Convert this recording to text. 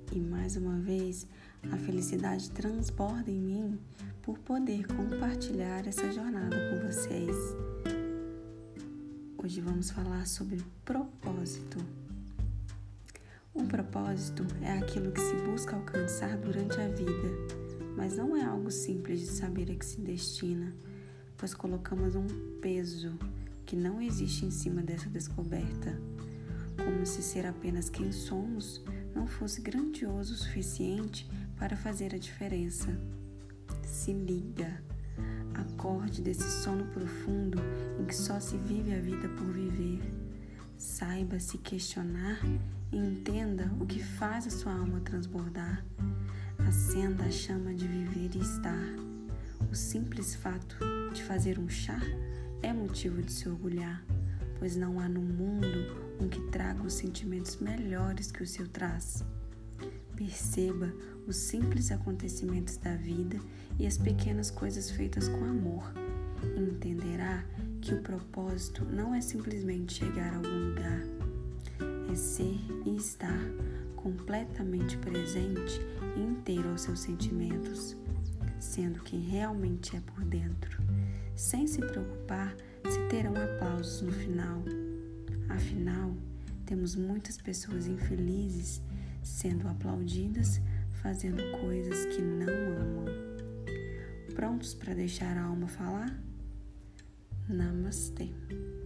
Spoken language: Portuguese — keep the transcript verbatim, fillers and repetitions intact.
E mais uma vez, a felicidade transborda em mim por poder compartilhar essa jornada com vocês. Hoje vamos falar sobre propósito. Um propósito é aquilo que se busca alcançar durante a vida, mas não é algo simples de saber a que se destina, pois colocamos um peso que não existe em cima dessa descoberta, como se ser apenas quem somos não fosse grandioso o suficiente para fazer a diferença. Se liga, acorde desse sono profundo em que só se vive a vida por viver. Saiba se questionar e entenda o que faz a sua alma transbordar. Acenda a chama de viver e estar. O simples fato de fazer um chá é motivo de se orgulhar, pois não há no mundo um que traga os sentimentos melhores que o seu traz. Perceba os simples acontecimentos da vida e as pequenas coisas feitas com amor. E entenderá que o propósito não é simplesmente chegar a algum lugar, é ser e estar completamente presente e inteiro aos seus sentimentos, sendo quem realmente é por dentro, sem se preocupar se terão aplausos no final. Afinal, temos muitas pessoas infelizes sendo aplaudidas, fazendo coisas que não amam. Prontos para deixar a alma falar? Namastê.